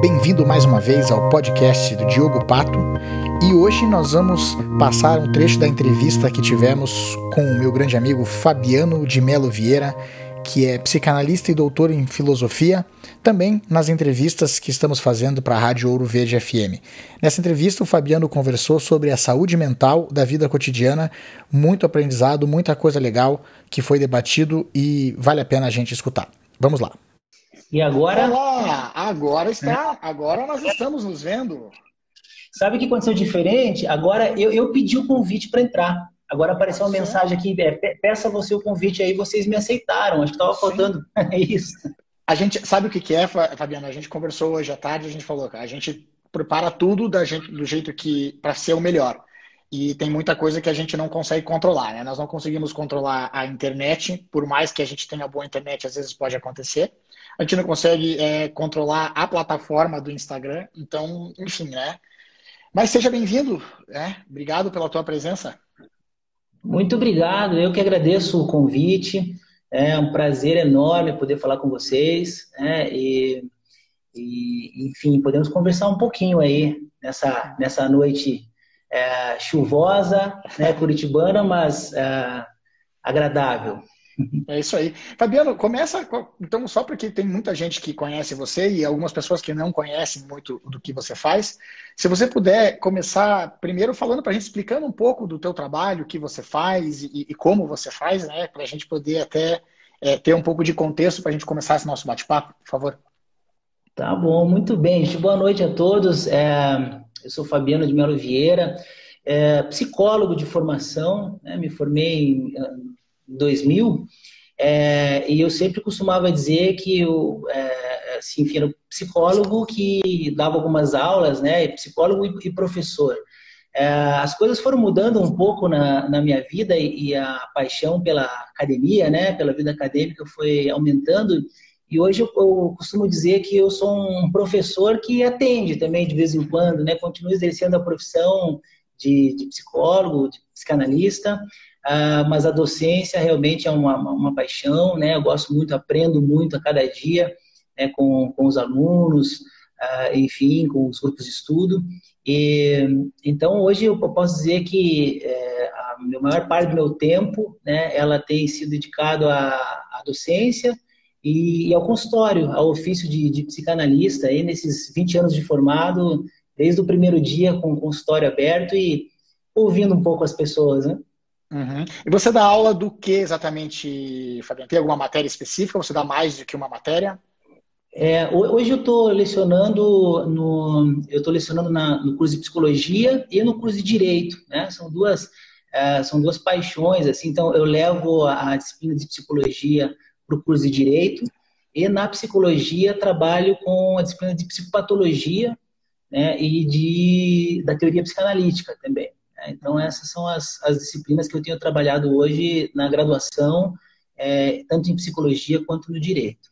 Bem-vindo mais uma vez ao podcast do Diogo Pato, e hoje nós vamos passar um trecho da entrevista que tivemos com o meu grande amigo Fabiano de Melo Vieira, que é psicanalista e doutor em filosofia, também nas entrevistas que estamos fazendo para a Rádio Ouro Verde FM. Nessa entrevista, o Fabiano conversou sobre a saúde mental da vida cotidiana, muito aprendizado, muita coisa legal que foi debatido e vale a pena a gente escutar. Vamos lá. E agora? Olá, agora nós estamos nos vendo. Sabe o que aconteceu diferente? Agora eu pedi o convite para entrar. Agora apareceu uma mensagem aqui, peça você o convite aí, vocês me aceitaram. Acho que estava faltando isso. A gente sabe o que é, Fabiana? A gente conversou hoje à tarde, a gente falou, a gente prepara tudo do jeito que para ser o melhor. E tem muita coisa que a gente não consegue controlar, né? Nós não conseguimos controlar a internet, por mais que a gente tenha boa internet, às vezes pode acontecer. A gente não consegue controlar a plataforma do Instagram, então, enfim, né? Mas seja bem-vindo, né? Obrigado pela tua presença. Muito obrigado, eu que agradeço o convite. É um prazer enorme poder falar com vocês, né? Enfim, podemos conversar um pouquinho aí nessa noite chuvosa, né, curitibana, mas agradável. É isso aí. Fabiano, começa, então, só porque tem muita gente que conhece você e algumas pessoas que não conhecem muito do que você faz. Se você puder começar primeiro falando para a gente, explicando um pouco do teu trabalho, o que você faz e como você faz, né? Para a gente poder até ter um pouco de contexto para a gente começar esse nosso bate-papo, por favor. Tá bom, muito bem, gente. Boa noite a todos. Eu sou Fabiano de Melo Vieira, psicólogo de formação, né? Me formei em 2000, e eu sempre costumava dizer que eu enfim, era um psicólogo que dava algumas aulas, né? Psicólogo e professor. As coisas foram mudando um pouco na minha vida e a paixão pela academia, né? Pela vida acadêmica foi aumentando. E hoje eu costumo dizer que eu sou um professor que atende também de vez em quando, né? Continuo exercendo a profissão de psicólogo, de psicanalista, mas a docência realmente é uma paixão, né? Eu gosto muito, aprendo muito a cada dia, né? Com os alunos, enfim, com os grupos de estudo. Então, hoje eu posso dizer que a maior parte do meu tempo, né? Ela tem sido dedicado à docência e ao consultório, ao ofício de psicanalista, aí nesses 20 anos de formado, desde o primeiro dia com o consultório aberto e ouvindo um pouco as pessoas, né? Uhum. E você dá aula do que exatamente, Fabiano? Tem alguma matéria específica? Você dá mais do que uma matéria? Hoje eu estou lecionando no curso de psicologia e no curso de direito, né? São duas paixões, assim. Então eu levo a disciplina de psicologia para o curso de direito e na psicologia trabalho com a disciplina de psicopatologia, né? E da teoria psicanalítica também. Então, essas são as disciplinas que eu tenho trabalhado hoje na graduação, tanto em psicologia quanto no direito.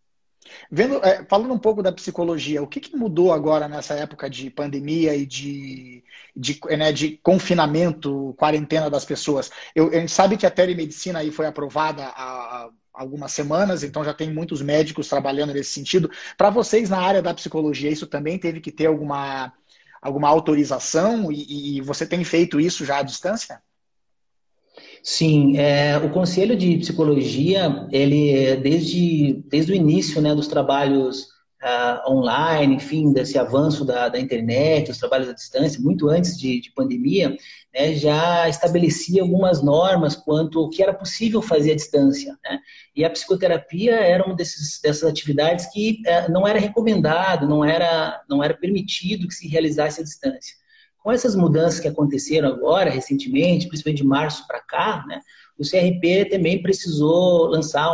Falando um pouco da psicologia, o que mudou agora nessa época de pandemia e de confinamento, quarentena das pessoas? A gente sabe que a telemedicina aí foi aprovada há algumas semanas, então já tem muitos médicos trabalhando nesse sentido. Para vocês, na área da psicologia, isso também teve que ter alguma autorização e você tem feito isso já à distância? Sim, o Conselho de Psicologia, ele desde o início, né, dos trabalhos online, enfim, desse avanço da internet, os trabalhos à distância, muito antes de pandemia, né, já estabelecia algumas normas quanto ao que era possível fazer à distância, né? E a psicoterapia era uma dessas atividades que não era recomendado, não era permitido que se realizasse à distância. Com essas mudanças que aconteceram agora, recentemente, principalmente de março para cá, né, o CRP também precisou lançar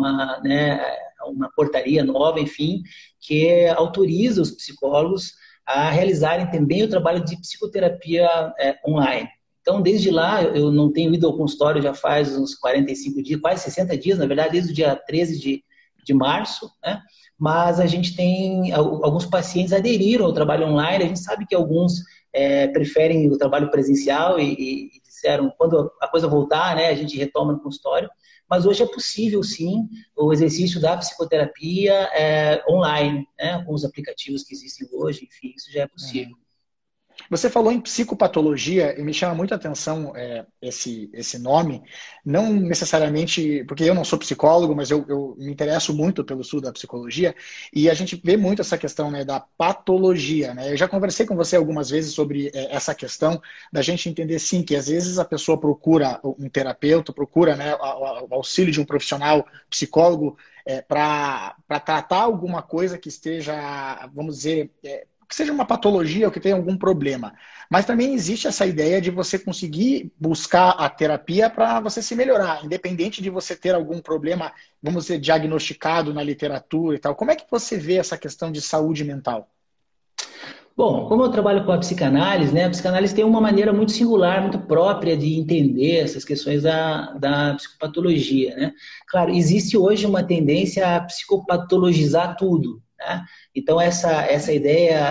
uma portaria nova, enfim, que autoriza os psicólogos a realizarem também o trabalho de psicoterapia online. Então, desde lá, eu não tenho ido ao consultório já faz uns 45 dias, quase 60 dias, na verdade, desde o dia 13 de março, né? Mas a gente tem, alguns pacientes aderiram ao trabalho online, a gente sabe que alguns preferem o trabalho presencial e disseram, quando a coisa voltar, né, a gente retoma no consultório, mas hoje é possível, sim, o exercício da psicoterapia online, né? Com os aplicativos que existem hoje, enfim, isso já é possível. Você falou em psicopatologia e me chama muito a atenção esse nome, não necessariamente, porque eu não sou psicólogo, mas eu me interesso muito pelo estudo da psicologia e a gente vê muito essa questão, né, da patologia. Né? Eu já conversei com você algumas vezes sobre essa questão da gente entender, sim, que às vezes a pessoa procura um terapeuta, procura, né, o auxílio de um profissional psicólogo para tratar alguma coisa que esteja, vamos dizer, que seja uma patologia ou que tenha algum problema. Mas também existe essa ideia de você conseguir buscar a terapia para você se melhorar, independente de você ter algum problema, vamos dizer, diagnosticado na literatura e tal. Como é que você vê essa questão de saúde mental? Bom, como eu trabalho com a psicanálise, né, a psicanálise tem uma maneira muito singular, muito própria de entender essas questões da psicopatologia, né? Claro, existe hoje uma tendência a psicopatologizar tudo, né? Então, essa ideia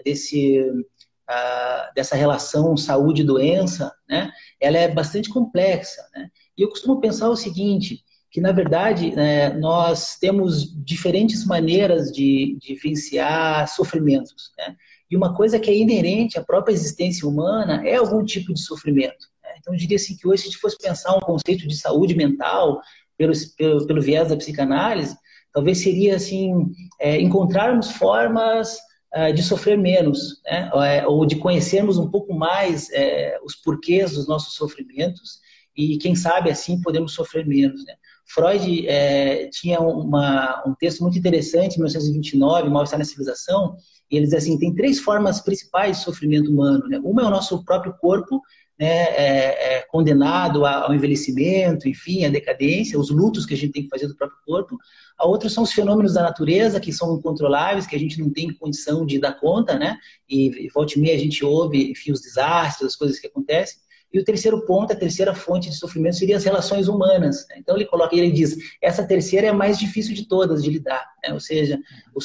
dessa relação saúde-doença, né, ela é bastante complexa, né? E eu costumo pensar o seguinte, que, na verdade, nós temos diferentes maneiras de vivenciar sofrimentos, né? E uma coisa que é inerente à própria existência humana é algum tipo de sofrimento, né? Então, eu diria assim que hoje, se a gente fosse pensar um conceito de saúde mental pelo viés da psicanálise, talvez seria assim, encontrarmos formas de sofrer menos, né? Ou de conhecermos um pouco mais os porquês dos nossos sofrimentos e, quem sabe, assim, podemos sofrer menos, né? Freud tinha um texto muito interessante, em 1929, Mal-Estar na Civilização, e ele diz assim, tem 3 formas principais de sofrimento humano, né? Uma é o nosso próprio corpo, né, condenado ao envelhecimento, enfim, à decadência, os lutos que a gente tem que fazer do próprio corpo. A outra são os fenômenos da natureza, que são incontroláveis, que a gente não tem condição de dar conta, né? E volta e meia a gente ouve, enfim, os desastres, as coisas que acontecem. E o terceiro ponto, a terceira fonte de sofrimento seria as relações humanas, né? Então ele diz, essa terceira é a mais difícil de todas de lidar, né? Ou seja,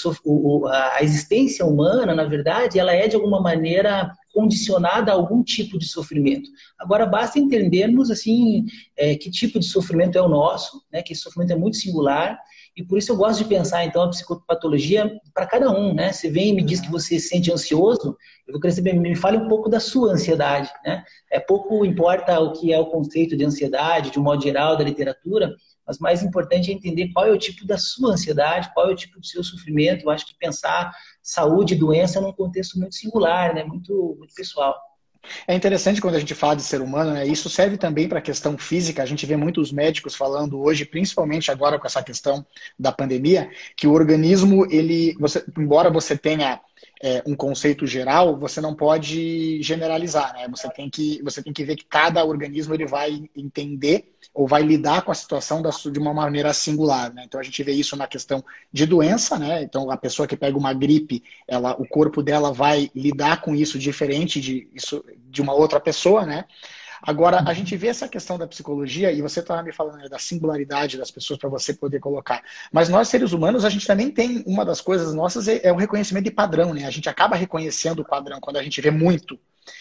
a existência humana, na verdade, ela é de alguma maneira condicionada a algum tipo de sofrimento. Agora, basta entendermos assim, que tipo de sofrimento é o nosso, né? Que esse sofrimento é muito singular, e por isso eu gosto de pensar, então, a psicopatologia para cada um, né? Você vem e me diz que você se sente ansioso, eu vou querer saber, me fale um pouco da sua ansiedade, né? Pouco importa o que é o conceito de ansiedade, de um modo geral, da literatura, mas mais importante é entender qual é o tipo da sua ansiedade, qual é o tipo do seu sofrimento. Eu acho que pensar saúde e doença num contexto muito singular, né? Muito, muito pessoal. É interessante quando a gente fala de ser humano, né? Isso serve também para a questão física. A gente vê muitos médicos falando hoje, principalmente agora com essa questão da pandemia, que o organismo, embora você tenha um conceito geral, você não pode generalizar, né? Você tem que ver que cada organismo ele vai entender ou vai lidar com a situação de uma maneira singular, né? Então a gente vê isso na questão de doença, né? Então a pessoa que pega uma gripe, o corpo dela vai lidar com isso diferente de uma outra pessoa, né? Agora, a gente vê essa questão da psicologia, e você estava me falando, né, da singularidade das pessoas para você poder colocar. Mas nós, seres humanos, a gente também tem, uma das coisas nossas é o reconhecimento de padrão, né? A gente acaba reconhecendo o padrão quando a gente vê muito.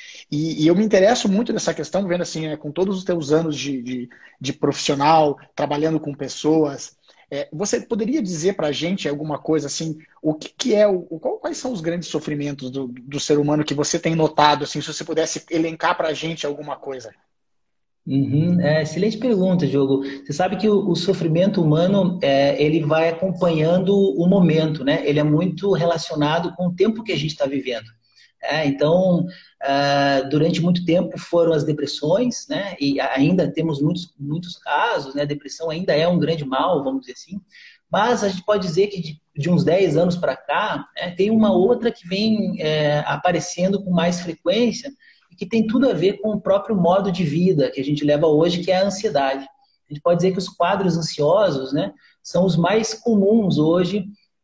E eu me interesso muito nessa questão, vendo assim, né, com todos os teus anos de profissional, trabalhando com pessoas. Você poderia dizer para a gente alguma coisa assim, o que é quais são os grandes sofrimentos do ser humano que você tem notado, assim, se você pudesse elencar para a gente alguma coisa? Excelente pergunta, Diogo. Você sabe que o sofrimento humano ele vai acompanhando o momento, né? Ele é muito relacionado com o tempo que a gente está vivendo. Então, durante muito tempo foram as depressões, né? E ainda temos muitos casos, né? A depressão ainda é um grande mal, vamos dizer assim. Mas a gente pode dizer que de uns 10 anos para cá, tem uma outra que vem aparecendo com mais frequência e que tem tudo a ver com o próprio modo de vida que a gente leva hoje, que é a ansiedade. A gente pode dizer que os quadros ansiosos, né, são os mais comuns hoje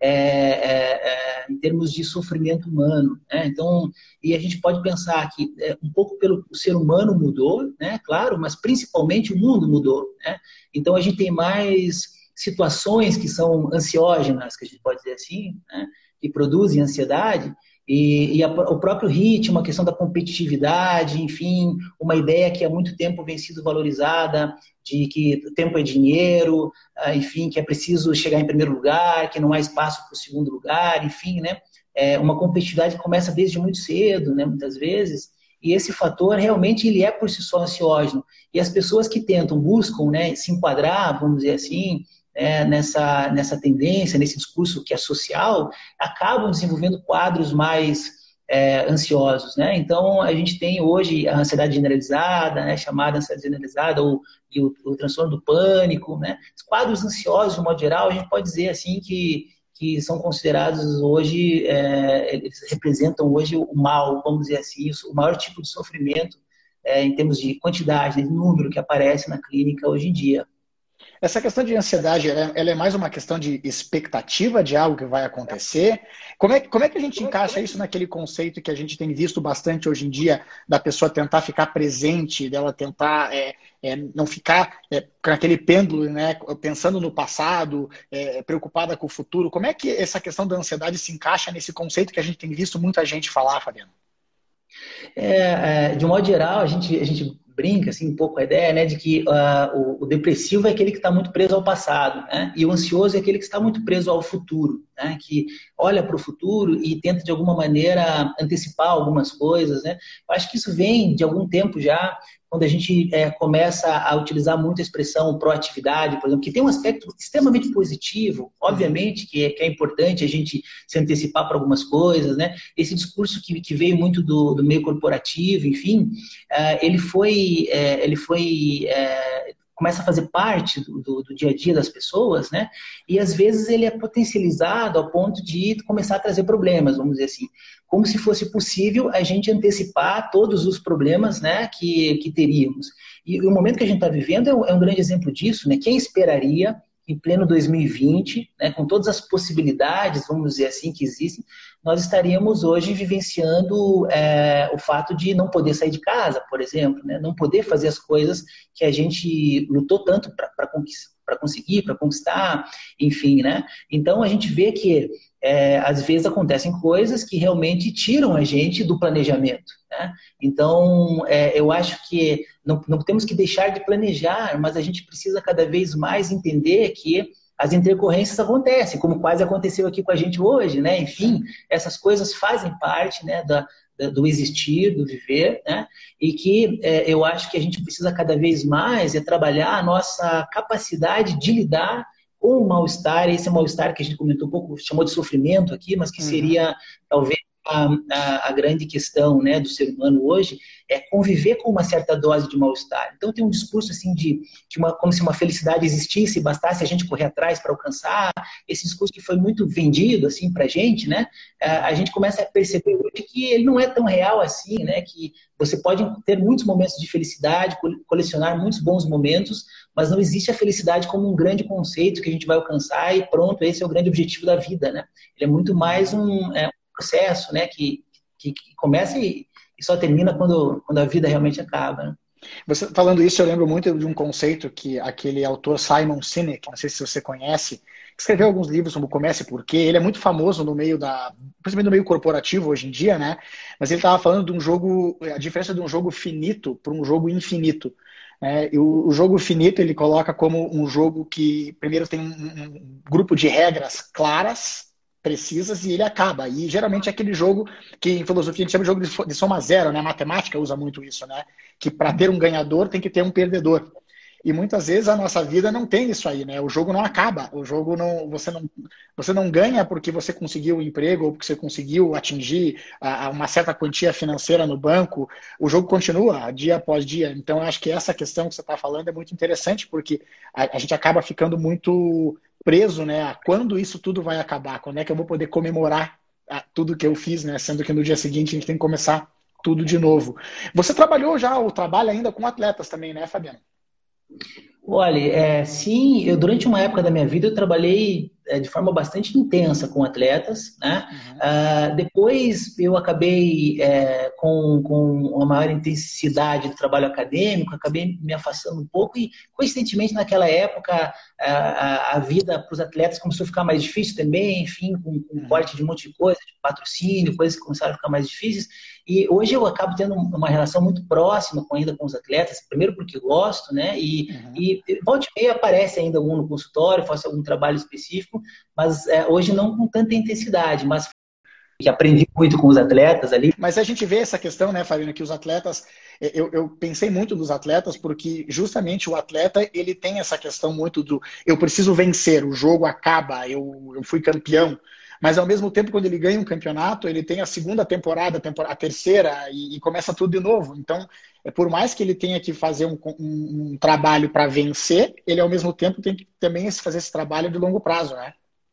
em termos de sofrimento humano, né? Então, e a gente pode pensar que um pouco o ser humano mudou, né? Claro, mas principalmente o mundo mudou, né? Então a gente tem mais situações que são ansiógenas, que a gente pode dizer assim, né? Que produzem ansiedade, O próprio ritmo, a questão da competitividade, enfim, uma ideia que há muito tempo vem sido valorizada, de que o tempo é dinheiro, enfim, que é preciso chegar em primeiro lugar, que não há espaço para o segundo lugar, enfim, né? Uma competitividade que começa desde muito cedo, né, muitas vezes, e esse fator realmente ele é por si só ansiógeno. E as pessoas que tentam, buscam, né, se enquadrar, vamos dizer assim, nessa tendência, nesse discurso que é social, acabam desenvolvendo quadros mais ansiosos, né? Então, a gente tem hoje a ansiedade generalizada, né, chamada ansiedade generalizada, e o transtorno do pânico, né? Os quadros ansiosos, de modo geral, a gente pode dizer assim que são considerados hoje, eles representam hoje o mal, vamos dizer assim, o maior tipo de sofrimento em termos de quantidade, de número que aparece na clínica hoje em dia. Essa questão de ansiedade, ela é mais uma questão de expectativa de algo que vai acontecer? Como é que a gente encaixa isso naquele conceito que a gente tem visto bastante hoje em dia, da pessoa tentar ficar presente, dela tentar não ficar com aquele pêndulo, né, pensando no passado, preocupada com o futuro? Como é que essa questão da ansiedade se encaixa nesse conceito que a gente tem visto muita gente falar, Fabiano? De um modo geral, a gente brinca assim, um pouco a ideia, né, de que o depressivo é aquele que está muito preso ao passado, né, e o ansioso é aquele que está muito preso ao futuro, né, que olha para o futuro e tenta de alguma maneira antecipar algumas coisas, né. Eu acho que isso vem de algum tempo já, quando a gente começa a utilizar muito a expressão proatividade, por exemplo, que tem um aspecto extremamente positivo, obviamente que é importante a gente se antecipar para algumas coisas, né? Esse discurso que veio muito do meio corporativo, enfim, ele começa a fazer parte do dia a dia das pessoas, né? E às vezes ele é potencializado ao ponto de começar a trazer problemas, vamos dizer assim, como se fosse possível a gente antecipar todos os problemas, né, que teríamos. E o momento que a gente está vivendo é um grande exemplo disso, né? Quem esperaria em pleno 2020, né, com todas as possibilidades, vamos dizer assim, que existem, nós estaríamos hoje vivenciando o fato de não poder sair de casa, por exemplo, né, não poder fazer as coisas que a gente lutou tanto para conseguir, para conquistar, enfim, né? Então a gente vê que às vezes acontecem coisas que realmente tiram a gente do planejamento, né? Então eu acho que não temos que deixar de planejar, mas a gente precisa cada vez mais entender que as intercorrências acontecem, como quase aconteceu aqui com a gente hoje, né? Enfim, essas coisas fazem parte, né, do existir, do viver, né? E que eu acho que a gente precisa cada vez mais trabalhar a nossa capacidade de lidar com o mal-estar, esse mal-estar que a gente comentou um pouco, chamou de sofrimento aqui, mas que seria talvez a grande questão, né, do ser humano hoje, é conviver com uma certa dose de mal-estar. Então tem um discurso assim como se uma felicidade existisse e bastasse a gente correr atrás para alcançar. Esse discurso que foi muito vendido assim para a gente, né? A gente começa a perceber hoje que ele não é tão real assim, né? Que você pode ter muitos momentos de felicidade, colecionar muitos bons momentos, mas não existe a felicidade como um grande conceito que a gente vai alcançar e pronto, esse é o grande objetivo da vida, né? Ele é muito mais um processo, né, que começa e só termina quando a vida realmente acaba, né? Você falando isso, eu lembro muito de um conceito que aquele autor Simon Sinek, não sei se você conhece, escreveu alguns livros como Comece Por Quê. Ele é muito famoso no meio principalmente no meio corporativo hoje em dia, né? Mas ele estava falando de um jogo, a diferença de um jogo finito para um jogo infinito. E o jogo finito ele coloca como um jogo que primeiro tem um grupo de regras claras, precisas, e ele acaba. E geralmente é aquele jogo que em filosofia a gente chama de jogo de soma zero, né? A matemática usa muito isso, né? Que para ter um ganhador tem que ter um perdedor. E muitas vezes a nossa vida não tem isso aí, né? O jogo não acaba. O jogo você não ganha porque você conseguiu um emprego ou porque você conseguiu atingir uma certa quantia financeira no banco. O jogo continua dia após dia. Então, eu acho que essa questão que você está falando é muito interessante, porque a gente acaba ficando muito preso, né, a quando isso tudo vai acabar, quando é que eu vou poder comemorar tudo que eu fiz, né, sendo que no dia seguinte a gente tem que começar tudo de novo. Você trabalhou já ou trabalha ainda com atletas também, né, Fabiano? Olha, sim, durante uma época da minha vida eu trabalhei de forma bastante intensa com atletas, né? Depois eu acabei com uma maior intensidade do trabalho acadêmico, acabei me afastando um pouco e, coincidentemente, naquela época, a vida para os atletas começou a ficar mais difícil também, enfim, com corte de um monte de coisa, de patrocínio, coisas que começaram a ficar mais difíceis. E hoje eu acabo tendo uma relação muito próxima ainda com os atletas, primeiro porque gosto, né? E volta e meia aparece ainda algum no consultório, faço algum trabalho específico, mas hoje não com tanta intensidade, mas que aprendi muito com os atletas ali. Mas a gente vê essa questão, né, Fabiano, que os atletas, eu pensei muito dos atletas, porque justamente o atleta, ele tem essa questão muito do eu preciso vencer, o jogo acaba, eu fui campeão. Mas, ao mesmo tempo, quando ele ganha um campeonato, ele tem a segunda temporada, a terceira, e começa tudo de novo. Então, por mais que ele tenha que fazer um trabalho para vencer, ele, ao mesmo tempo, tem que também fazer esse trabalho de longo prazo, né?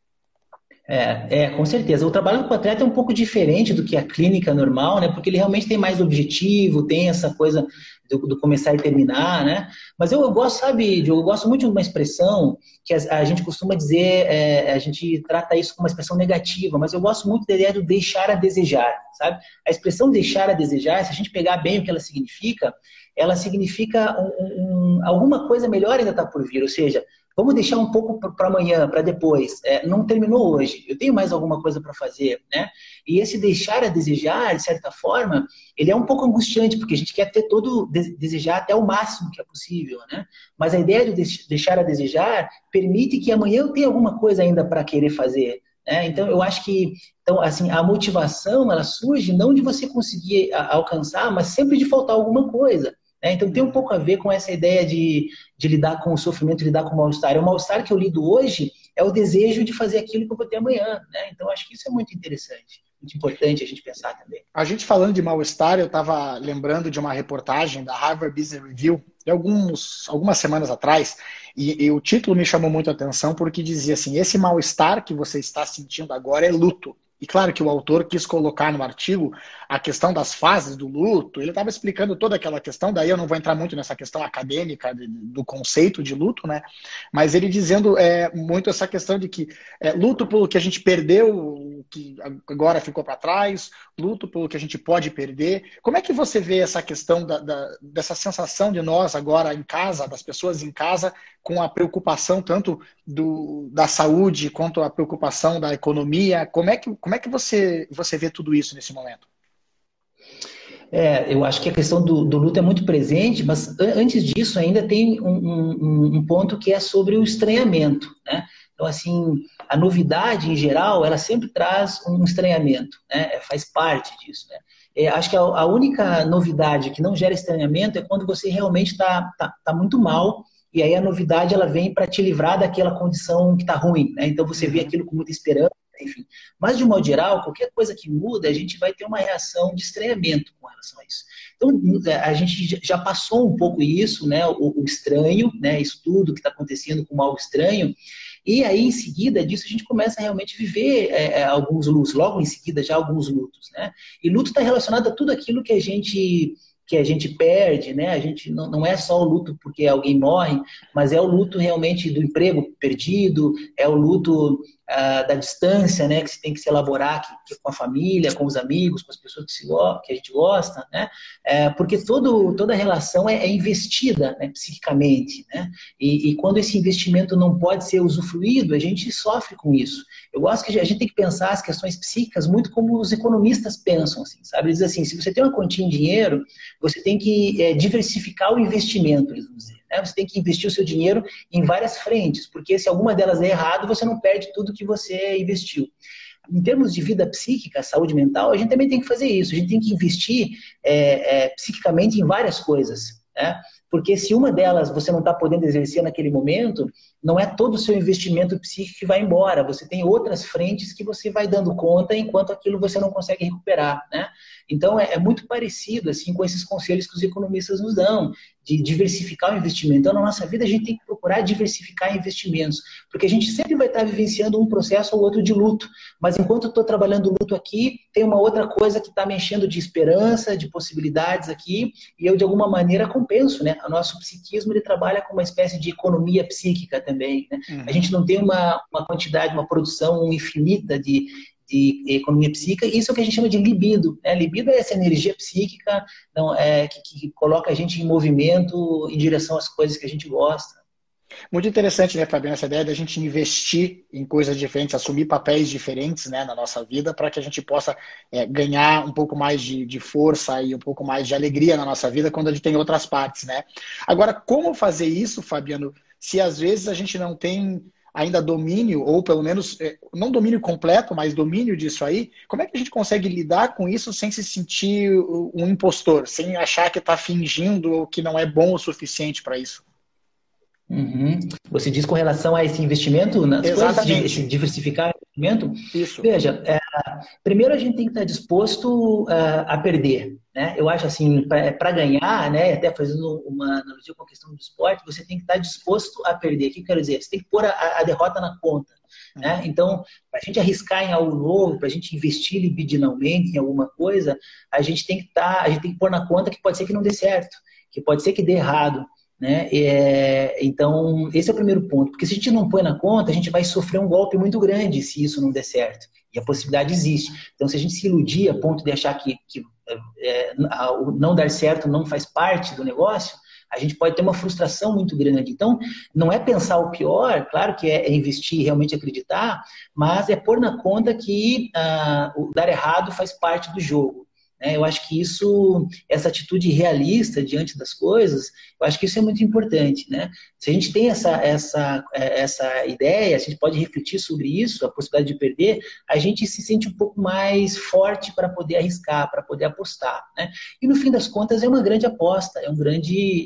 Com certeza. O trabalho com o atleta é um pouco diferente do que a clínica normal, né? Porque ele realmente tem mais objetivo, tem essa coisa do começar e terminar, né? Mas eu gosto, sabe, Diogo, eu gosto muito de uma expressão que a gente costuma dizer, a gente trata isso como uma expressão negativa, mas eu gosto muito da ideia do deixar a desejar, sabe? A expressão deixar a desejar, se a gente pegar bem o que ela significa alguma coisa melhor ainda está por vir, ou seja, vamos deixar um pouco para amanhã, para depois. Não terminou hoje, eu tenho mais alguma coisa para fazer, né? E esse deixar a desejar, de certa forma, ele é um pouco angustiante, porque a gente quer ter desejar até o máximo que é possível, né? Mas a ideia de deixar a desejar permite que amanhã eu tenha alguma coisa ainda para querer fazer, né? Então, eu acho que assim, a motivação, ela surge não de você conseguir alcançar, mas sempre de faltar alguma coisa. Então tem um pouco a ver com essa ideia de lidar com o sofrimento, de lidar com o mal-estar. O mal-estar que eu lido hoje é o desejo de fazer aquilo que eu vou ter amanhã, né? Então acho que isso é muito interessante, muito importante a gente pensar também. A gente falando de mal-estar, eu estava lembrando de uma reportagem da Harvard Business Review de algumas semanas atrás, e o título me chamou muito a atenção porque dizia assim, esse mal-estar que você está sentindo agora é luto. E claro que o autor quis colocar no artigo a questão das fases do luto, ele estava explicando toda aquela questão, daí eu não vou entrar muito nessa questão acadêmica do conceito de luto, né? Mas ele dizendo muito essa questão de que luto pelo que a gente perdeu, que agora ficou para trás, luto pelo que a gente pode perder. Como é que você vê essa questão dessa sensação de nós agora em casa, das pessoas em casa, com a preocupação tanto da saúde quanto a preocupação da economia? Como é que você vê tudo isso nesse momento? Eu acho que a questão do luto é muito presente, mas antes disso ainda tem um ponto que é sobre o estranhamento, né? Então, assim, a novidade, em geral, ela sempre traz um estranhamento, né? Faz parte disso, né? Acho que a única novidade que não gera estranhamento é quando você realmente está muito mal, e aí a novidade ela vem para te livrar daquela condição que está ruim, né? Então você vê aquilo com muita esperança, enfim. Mas, de modo geral, qualquer coisa que muda, a gente vai ter uma reação de estranhamento com relação a isso. Então, a gente já passou um pouco isso, né? O estranho, né? Isso tudo que está acontecendo com algo estranho. E aí, em seguida disso, a gente começa a realmente viver alguns lutos. Logo em seguida, já alguns lutos, né? E luto está relacionado a tudo aquilo que a gente perde, né? A gente não é só o luto porque alguém morre, mas é o luto realmente do emprego perdido, é o luto da distância, né? Que se tem que se elaborar com a família, com os amigos, com as pessoas que a gente gosta, né? Porque toda relação é investida, né? Psiquicamente, né? E quando esse investimento não pode ser usufruído, a gente sofre com isso. Eu gosto que a gente tem que pensar as questões psíquicas muito como os economistas pensam, assim, sabe? Eles dizem assim, se você tem uma quantia em dinheiro, você tem que diversificar o investimento, eles vão dizer. Você tem que investir o seu dinheiro em várias frentes, porque se alguma delas é errado, você não perde tudo que você investiu. Em termos de vida psíquica, saúde mental, a gente também tem que fazer isso. A gente tem que investir psiquicamente em várias coisas, né? Porque se uma delas você não está podendo exercer naquele momento, não é todo o seu investimento psíquico que vai embora. Você tem outras frentes que você vai dando conta enquanto aquilo você não consegue recuperar, né? Então, é muito parecido assim, com esses conselhos que os economistas nos dão, de diversificar o investimento. Então, na nossa vida, a gente tem que procurar diversificar investimentos, porque a gente sempre vai estar vivenciando um processo ou outro de luto. Mas enquanto eu estou trabalhando o luto aqui, tem uma outra coisa que está me enchendo de esperança, de possibilidades aqui, e eu, de alguma maneira, compenso, né? O nosso psiquismo, ele trabalha com uma espécie de economia psíquica também, né? Uhum. A gente não tem uma quantidade, uma produção infinita de economia psíquica, isso é o que a gente chama de libido, né? Libido é essa energia psíquica não, que coloca a gente em movimento em direção às coisas que a gente gosta. Muito interessante, né, Fabiano, essa ideia da gente investir em coisas diferentes, assumir papéis diferentes, né, na nossa vida, para que a gente possa ganhar um pouco mais de força e um pouco mais de alegria na nossa vida quando a gente tem outras partes, né? Agora, como fazer isso, Fabiano, se às vezes a gente não tem ainda domínio, ou pelo menos, não domínio completo, mas domínio disso aí, como é que a gente consegue lidar com isso sem se sentir um impostor, sem achar que está fingindo ou que não é bom o suficiente para isso? Uhum. Você diz com relação a esse investimento nas Exatamente. coisas, esse diversificar o investimento? Isso. Veja, primeiro a gente tem que estar disposto a perder, né? Eu acho assim, para ganhar, né, até fazendo uma analogia com a questão do esporte, você tem que estar disposto a perder. O que eu quero dizer? Você tem que pôr a derrota na conta, né? Então, para a gente arriscar em algo novo, para a gente investir libidinalmente em alguma coisa, a gente tem que pôr na conta que pode ser que não dê certo, que pode ser que dê errado, né? Então, esse é o primeiro ponto, porque se a gente não põe na conta, a gente vai sofrer um golpe muito grande se isso não der certo, e a possibilidade existe. Então, se a gente se iludir a ponto de achar que não dar certo não faz parte do negócio, a gente pode ter uma frustração muito grande. Então, não é pensar o pior, claro que é investir e realmente acreditar, mas é pôr na conta que o dar errado faz parte do jogo. Eu acho que essa atitude realista diante das coisas, eu acho que isso é muito importante, né? Se a gente tem essa ideia, se a gente pode refletir sobre isso, a possibilidade de perder, a gente se sente um pouco mais forte para poder arriscar, para poder apostar, né? E no fim das contas é uma grande aposta, é um grande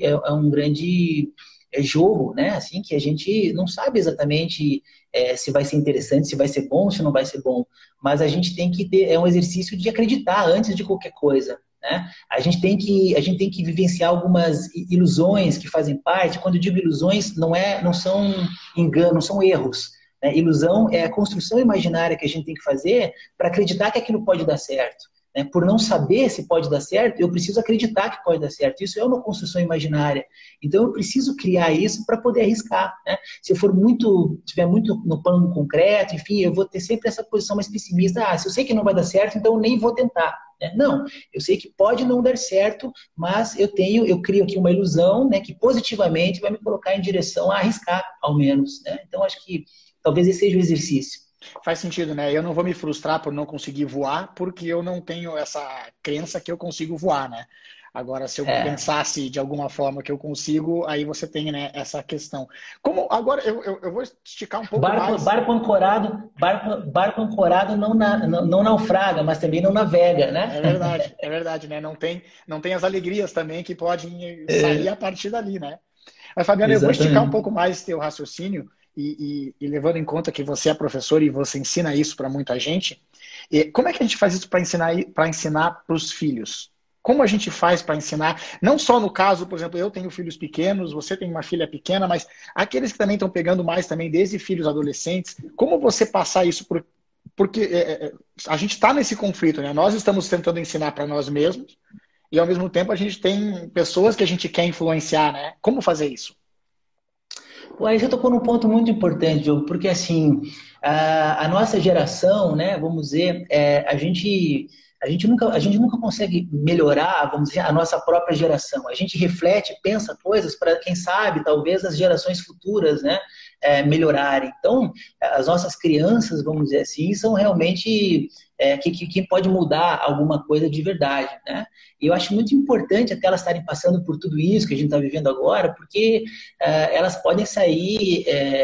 jogo, né? Assim, que a gente não sabe exatamente se vai ser interessante, se vai ser bom, se não vai ser bom. Mas a gente tem que ter, um exercício de acreditar antes de qualquer coisa, né? A gente tem que vivenciar algumas ilusões que fazem parte. Quando eu digo ilusões, não são enganos, não são erros, né? Ilusão é a construção imaginária que a gente tem que fazer para acreditar que aquilo pode dar certo. Por não saber se pode dar certo, eu preciso acreditar que pode dar certo. Isso é uma construção imaginária. Então, eu preciso criar isso para poder arriscar, né? Se eu estiver muito no plano concreto, enfim, eu vou ter sempre essa posição mais pessimista. Se eu sei que não vai dar certo, então eu nem vou tentar, né? Não, eu sei que pode não dar certo, mas eu crio aqui uma ilusão, né, que positivamente vai me colocar em direção a arriscar, ao menos, né? Então, acho que talvez esse seja o exercício. Faz sentido, né? Eu não vou me frustrar por não conseguir voar, porque eu não tenho essa crença que eu consigo voar, né? Agora, se eu pensasse de alguma forma que eu consigo, aí você tem, né, essa questão. Agora, eu vou esticar um pouco mais. Barco ancorado não naufraga, mas também não navega, né? É verdade, né? Não tem as alegrias também que podem sair a partir dali, né? Mas, Fabiano, Exatamente. Eu vou esticar um pouco mais teu raciocínio. E levando em conta que você é professor e você ensina isso para muita gente, como é que a gente faz isso para ensinar para os filhos? Como a gente faz para ensinar, não só no caso, por exemplo, eu tenho filhos pequenos, você tem uma filha pequena, mas aqueles que também estão pegando mais também, desde filhos adolescentes, como você passar isso? Porque a gente está nesse conflito, né? Nós estamos tentando ensinar para nós mesmos e, ao mesmo tempo, a gente tem pessoas que a gente quer influenciar, né? Como fazer isso? Aí você tocou num ponto muito importante, Diogo, porque assim, a nossa geração, né, vamos dizer, a gente nunca consegue melhorar, vamos dizer, a nossa própria geração. A gente reflete, pensa coisas para, quem sabe, talvez as gerações futuras, né, melhorarem. Então, as nossas crianças, vamos dizer assim, são realmente quem pode mudar alguma coisa de verdade, né? E eu acho muito importante até elas estarem passando por tudo isso que a gente está vivendo agora, porque elas podem sair,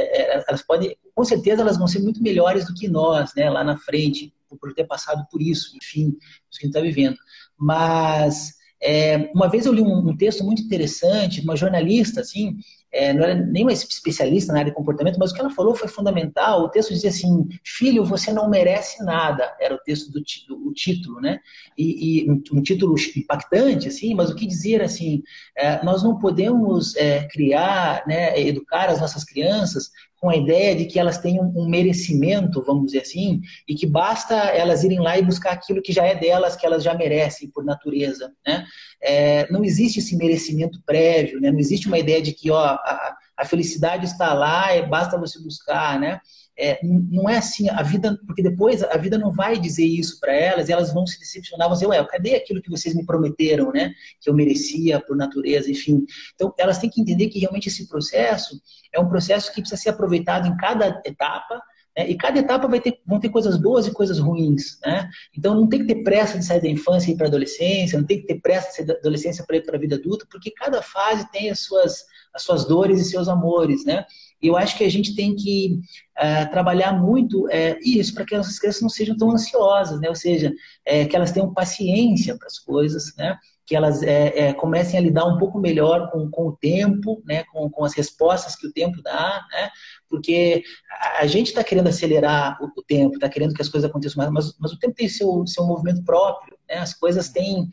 com certeza elas vão ser muito melhores do que nós, né, lá na frente, por ter passado por isso, enfim, isso que a gente está vivendo. Mas uma vez eu li um texto muito interessante, uma jornalista, assim, não era nem uma especialista na área de comportamento, mas o que ela falou foi fundamental. O texto dizia assim: filho, você não merece nada. Era o texto título, né? E um título impactante, assim, mas o que dizer, assim, nós não podemos criar, né, educar as nossas crianças com a ideia de que elas têm um merecimento, vamos dizer assim, e que basta elas irem lá e buscar aquilo que já é delas, que elas já merecem por natureza, né? Não existe esse merecimento prévio, né? Não existe uma ideia de que a felicidade está lá, basta você buscar, né? Não é assim, a vida, porque depois a vida não vai dizer isso para elas, e elas vão se decepcionar, vão dizer, cadê aquilo que vocês me prometeram, né? Que eu merecia por natureza, enfim. Então, elas têm que entender que realmente esse processo é um processo que precisa ser aproveitado em cada etapa, né? E cada etapa vão ter coisas boas e coisas ruins, né? Então, não tem que ter pressa de sair da infância e ir para a adolescência, não tem que ter pressa de sair da adolescência para ir para a vida adulta, porque cada fase tem as suas dores e seus amores, né? E eu acho que a gente tem que trabalhar muito isso, para que as crianças não sejam tão ansiosas, né? Ou seja, que elas tenham paciência para as coisas, né? Que elas comecem a lidar um pouco melhor com o tempo, né? Com as respostas que o tempo dá, né? Porque a gente está querendo acelerar o tempo, está querendo que as coisas aconteçam mais, mas o tempo tem seu movimento próprio, né? As coisas têm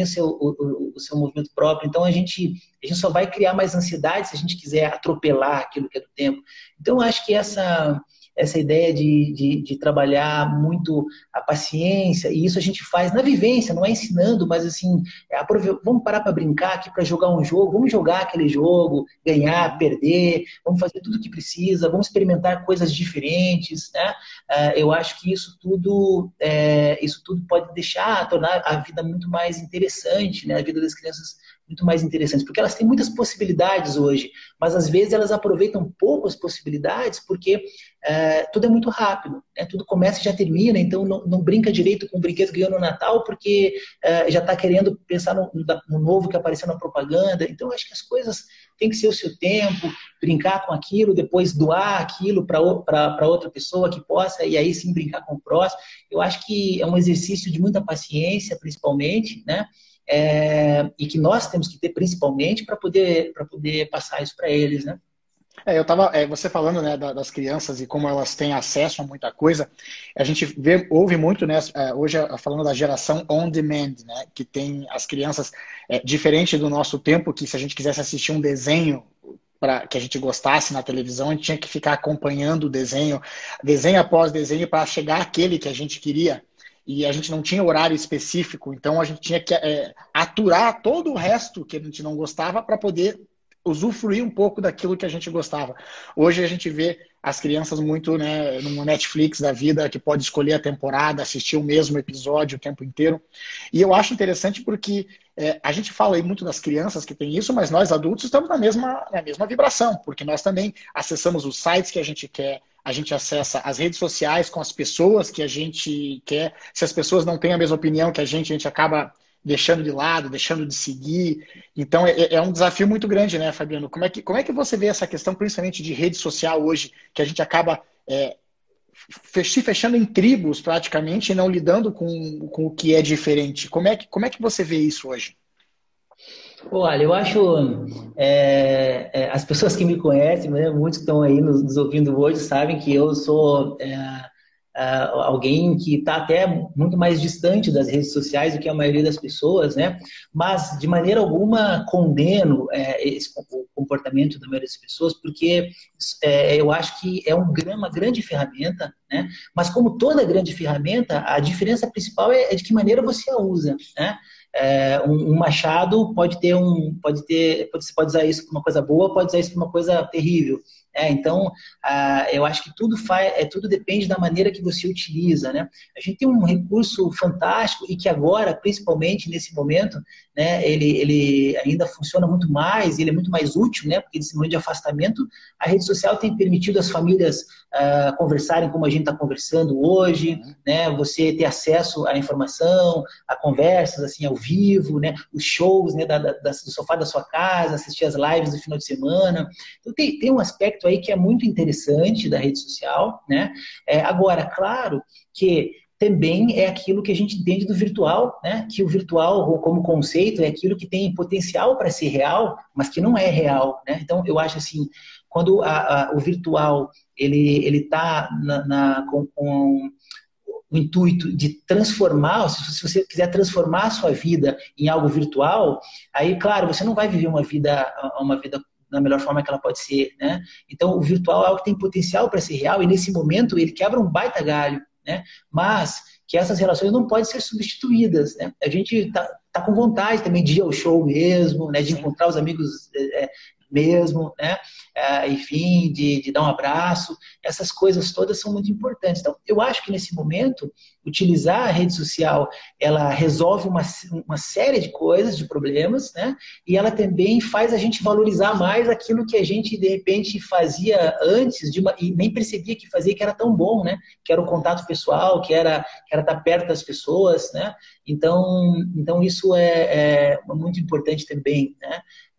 o seu movimento próprio, então a gente só vai criar mais ansiedade se a gente quiser atropelar aquilo que é do tempo. Então, eu acho que essa ideia de trabalhar muito a paciência, e isso a gente faz na vivência, não é ensinando, mas assim, vamos parar para brincar aqui, para jogar um jogo, vamos jogar aquele jogo, ganhar, perder, vamos fazer tudo o que precisa, vamos experimentar coisas diferentes, né? Eu acho que isso tudo pode tornar a vida muito mais interessante, né? A vida das crianças muito mais interessante, porque elas têm muitas possibilidades hoje, mas às vezes elas aproveitam pouco as possibilidades porque tudo é muito rápido, né? Tudo começa e já termina, então não brinca direito com o brinquedo que ganhou no Natal porque já está querendo pensar no novo que apareceu na propaganda. Então, acho que as coisas têm que ser o seu tempo, brincar com aquilo, depois doar aquilo para outra pessoa que possa, e aí sim brincar com o próximo. Eu acho que é um exercício de muita paciência, principalmente, né? E que nós temos que ter principalmente para poder passar isso para eles, né? Você falando, né, das crianças e como elas têm acesso a muita coisa, a gente ouve muito, né, hoje falando da geração on demand, né, que tem as crianças, diferente do nosso tempo, que se a gente quisesse assistir um desenho que a gente gostasse na televisão, a gente tinha que ficar acompanhando o desenho após desenho, para chegar àquele que a gente queria. E a gente não tinha horário específico, então a gente tinha que aturar todo o resto que a gente não gostava para poder usufruir um pouco daquilo que a gente gostava. Hoje a gente vê as crianças muito, né, no Netflix da vida, que pode escolher a temporada, assistir o mesmo episódio o tempo inteiro. E eu acho interessante porque a gente fala aí muito das crianças que têm isso, mas nós adultos estamos na mesma vibração, porque nós também acessamos os sites que a gente quer, a gente acessa as redes sociais com as pessoas que a gente quer. Se as pessoas não têm a mesma opinião que a gente acaba deixando de lado, deixando de seguir. Então, é um desafio muito grande, né, Fabiano? Como é que você vê essa questão, principalmente de rede social hoje, que a gente acaba se fechando em tribos, praticamente, e não lidando com o que é diferente? Como é que você vê isso hoje? Olha, eu acho as pessoas que me conhecem, né, muitos que estão aí nos ouvindo hoje, sabem que eu sou alguém que está até muito mais distante das redes sociais do que a maioria das pessoas, né? Mas de maneira alguma condeno o comportamento da maioria das pessoas, porque eu acho que é uma grande ferramenta, né? Mas como toda grande ferramenta, a diferença principal é de que maneira você a usa, né? Um machado você pode usar isso para uma coisa boa, pode usar isso para uma coisa terrível. Então, eu acho que tudo depende da maneira que você utiliza, né? A gente tem um recurso fantástico e que agora, principalmente nesse momento, né, ele ainda funciona muito mais, ele é muito mais útil, né? Porque nesse momento de afastamento, a rede social tem permitido as famílias conversarem como a gente está conversando hoje, né? Você ter acesso à informação, a conversas assim ao vivo, né? Os shows, né, do sofá da sua casa, assistir as lives do final de semana. Então tem um aspecto aí que é muito interessante da rede social, né? Agora, claro que também é aquilo que a gente entende do virtual, né? Que o virtual, como conceito, é aquilo que tem potencial para ser real, mas que não é real, né? Então, eu acho assim, quando o virtual ele está o intuito de transformar, se você quiser transformar a sua vida em algo virtual, aí, claro, você não vai viver uma vida da melhor forma que ela pode ser, né? Então, o virtual é algo que tem potencial para ser real e, nesse momento, ele quebra um baita galho, né? Mas que essas relações não podem ser substituídas, né? A gente tá com vontade também de ir ao show mesmo, né? De encontrar os amigos mesmo, né? Enfim, de dar um abraço. Essas coisas todas são muito importantes. Então, eu acho que nesse momento, utilizar a rede social, ela resolve uma série de coisas, de problemas, né? E ela também faz a gente valorizar mais aquilo que a gente, de repente, fazia antes e nem percebia que fazia, que era tão bom, né? Que era o contato pessoal, que era estar perto das pessoas, né? Então isso é muito importante também, né?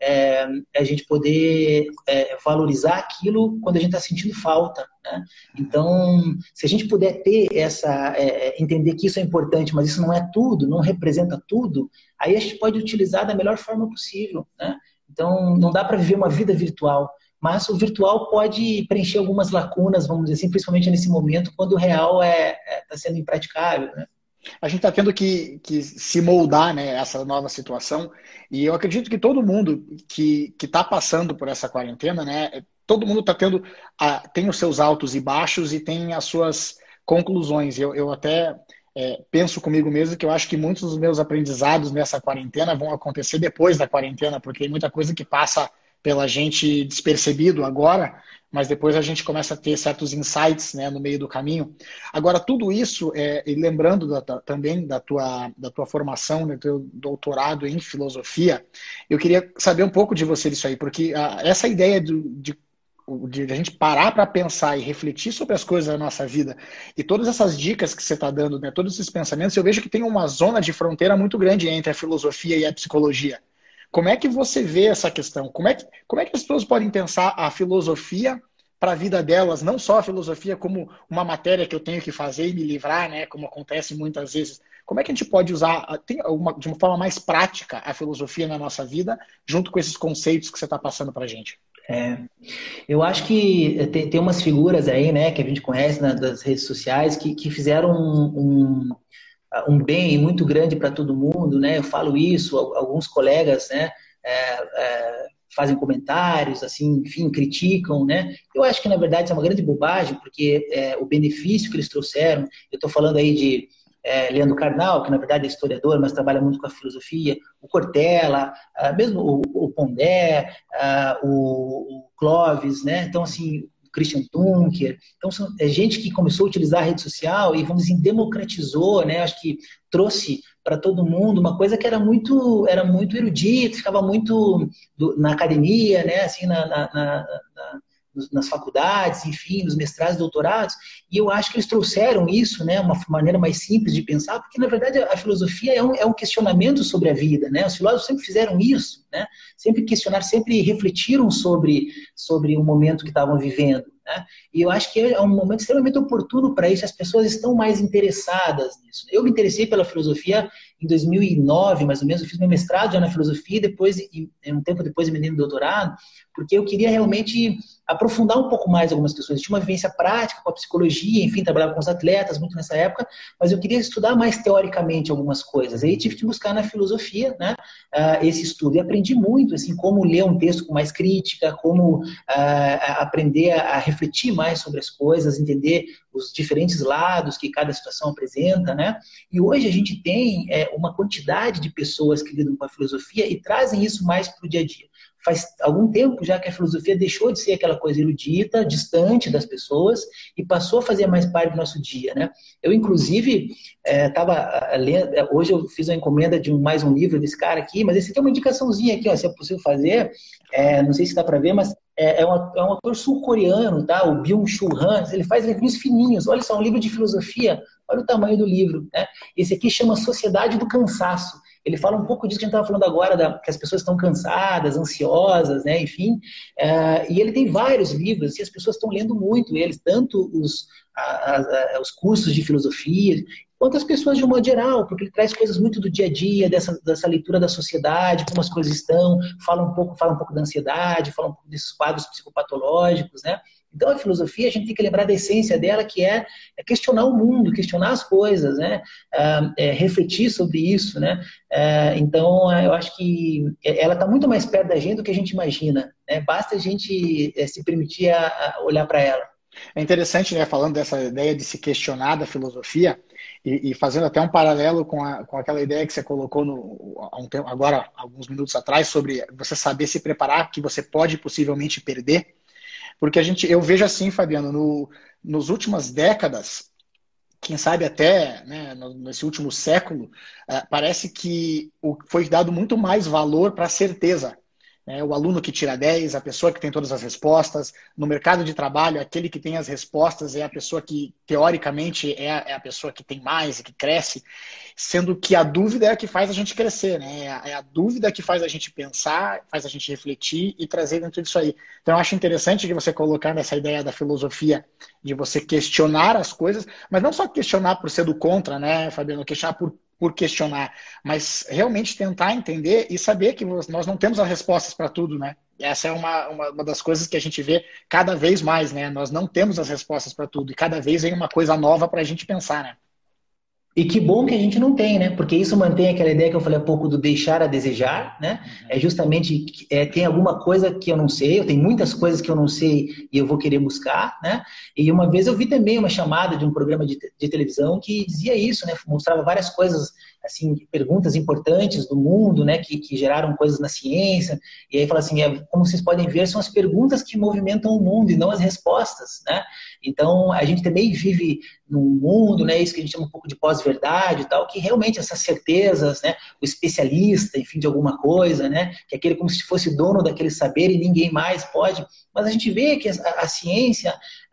A gente poder valorizar aquilo quando a gente está sentindo falta, né? Então, se a gente puder ter entender que isso é importante, mas isso não é tudo, não representa tudo, aí a gente pode utilizar da melhor forma possível, né? Então, não dá para viver uma vida virtual, mas o virtual pode preencher algumas lacunas, vamos dizer assim, principalmente nesse momento, quando o real está sendo impraticável, né? A gente está tendo que se moldar, né, essa nova situação, e eu acredito que todo mundo que está passando por essa quarentena, né, todo mundo tem os seus altos e baixos e tem as suas conclusões. Eu até penso comigo mesmo que eu acho que muitos dos meus aprendizados nessa quarentena vão acontecer depois da quarentena, porque tem muita coisa que passa pela gente despercebido agora, mas depois a gente começa a ter certos insights, né, no meio do caminho. Agora, tudo isso, e lembrando também da tua formação, do teu doutorado em filosofia, eu queria saber um pouco de você disso aí, porque essa ideia de a gente parar para pensar e refletir sobre as coisas da nossa vida e todas essas dicas que você está dando, né, todos esses pensamentos, eu vejo que tem uma zona de fronteira muito grande entre a filosofia e a psicologia. Como é que você vê essa questão? Como é que as pessoas podem pensar a filosofia para a vida delas, não só a filosofia como uma matéria que eu tenho que fazer e me livrar, né, como acontece muitas vezes. Como é que a gente pode usar, de uma forma mais prática, a filosofia na nossa vida, junto com esses conceitos que você está passando para a gente? Eu acho que tem umas figuras aí, né, que a gente conhece das redes sociais que fizeram um bem muito grande para todo mundo, né? Eu falo isso, alguns colegas, né, fazem comentários, assim, enfim, criticam, né? Eu acho que, na verdade, isso é uma grande bobagem, porque o benefício que eles trouxeram, eu estou falando aí de Leandro Carnal, que na verdade é historiador, mas trabalha muito com a filosofia, o Cortella, mesmo o Pondé, o Clóvis, né? Então, assim, o Christian Dunker. Então, é gente que começou a utilizar a rede social e, vamos dizer, democratizou, né? Acho que trouxe para todo mundo uma coisa que era muito erudita, ficava muito na academia, né? Assim, nas faculdades, enfim, nos mestrados e doutorados, e eu acho que eles trouxeram isso, né, uma maneira mais simples de pensar, porque, na verdade, a filosofia é um questionamento sobre a vida, né, os filósofos sempre fizeram isso, né, sempre questionaram, sempre refletiram sobre o momento que estavam vivendo, né, e eu acho que é um momento extremamente oportuno para isso, as pessoas estão mais interessadas nisso. Eu me interessei pela filosofia em 2009, mais ou menos, eu fiz meu mestrado já na filosofia, um tempo depois eu me dei no doutorado, porque eu queria realmente aprofundar um pouco mais algumas questões. Eu tinha uma vivência prática com a psicologia, enfim, trabalhava com os atletas muito nessa época, mas eu queria estudar mais teoricamente algumas coisas. Aí tive que buscar na filosofia, né, esse estudo. E aprendi muito, assim, como ler um texto com mais crítica, como aprender a refletir mais sobre as coisas, entender os diferentes lados que cada situação apresenta, né? E hoje a gente tem uma quantidade de pessoas que lidam com a filosofia e trazem isso mais para o dia a dia. Faz algum tempo já que a filosofia deixou de ser aquela coisa erudita, distante das pessoas, e passou a fazer mais parte do nosso dia, né? Eu, inclusive, estava lendo, hoje eu fiz uma encomenda de mais um livro desse cara aqui, mas esse aqui é uma indicaçãozinha aqui, ó, se é possível fazer, não sei se dá para ver, mas é um autor sul-coreano, tá? O Byung-Chul Han, ele faz livrinhos fininhos, olha só, um livro de filosofia, olha o tamanho do livro, né? Esse aqui chama Sociedade do Cansaço. Ele fala um pouco disso que a gente estava falando agora, que as pessoas estão cansadas, ansiosas, né? Enfim. E ele tem vários livros, e as pessoas estão lendo muito eles, tanto os cursos de filosofia, quanto as pessoas de um modo geral, porque ele traz coisas muito do dia a dia, dessa leitura da sociedade, como as coisas estão, fala um pouco da ansiedade, fala um pouco desses quadros psicopatológicos, né? Então, a filosofia, a gente tem que lembrar da essência dela, que é questionar o mundo, questionar as coisas, né? Refletir sobre isso, né? Então, eu acho que ela está muito mais perto da gente do que a gente imagina, né? Basta a gente se permitir a olhar para ela. É interessante, né, falando dessa ideia de se questionar da filosofia e fazendo até um paralelo com aquela ideia que você colocou há um tempo, agora, alguns minutos atrás, sobre você saber se preparar, que você pode possivelmente perder. Porque eu vejo assim, Fabiano, nos últimas décadas, quem sabe até, né, nesse último século, parece que foi dado muito mais valor para a certeza. O aluno que tira 10, a pessoa que tem todas as respostas. No mercado de trabalho, aquele que tem as respostas é a pessoa que, teoricamente, é a pessoa que tem mais e que cresce, sendo que a dúvida é a que faz a gente crescer, né? É a dúvida que faz a gente pensar, faz a gente refletir e trazer dentro disso aí. Então, eu acho interessante que você colocar nessa ideia da filosofia, de você questionar as coisas, mas não só questionar por ser do contra, né, Fabiano? Questionar por questionar, mas realmente tentar entender e saber que nós não temos as respostas para tudo, né? Essa é uma das coisas que a gente vê cada vez mais, né? Nós não temos as respostas para tudo e cada vez vem uma coisa nova para a gente pensar, né? E que bom que a gente não tem, né? Porque isso mantém aquela ideia que eu falei há pouco do deixar a desejar, né? É justamente, tem alguma coisa que eu não sei, eu tenho muitas coisas que eu não sei e eu vou querer buscar, né? E uma vez eu vi também uma chamada de um programa de televisão que dizia isso, né? Mostrava várias coisas, assim, perguntas importantes do mundo, né? Que geraram coisas na ciência. E aí fala assim, como vocês podem ver, são as perguntas que movimentam o mundo e não as respostas, né? Então, a gente também vive num mundo, né, isso que a gente chama um pouco de pós-verdade e tal, que realmente essas certezas, né, o especialista, enfim, de alguma coisa, né, que é aquele como se fosse dono daquele saber e ninguém mais pode, mas a gente vê que a ciência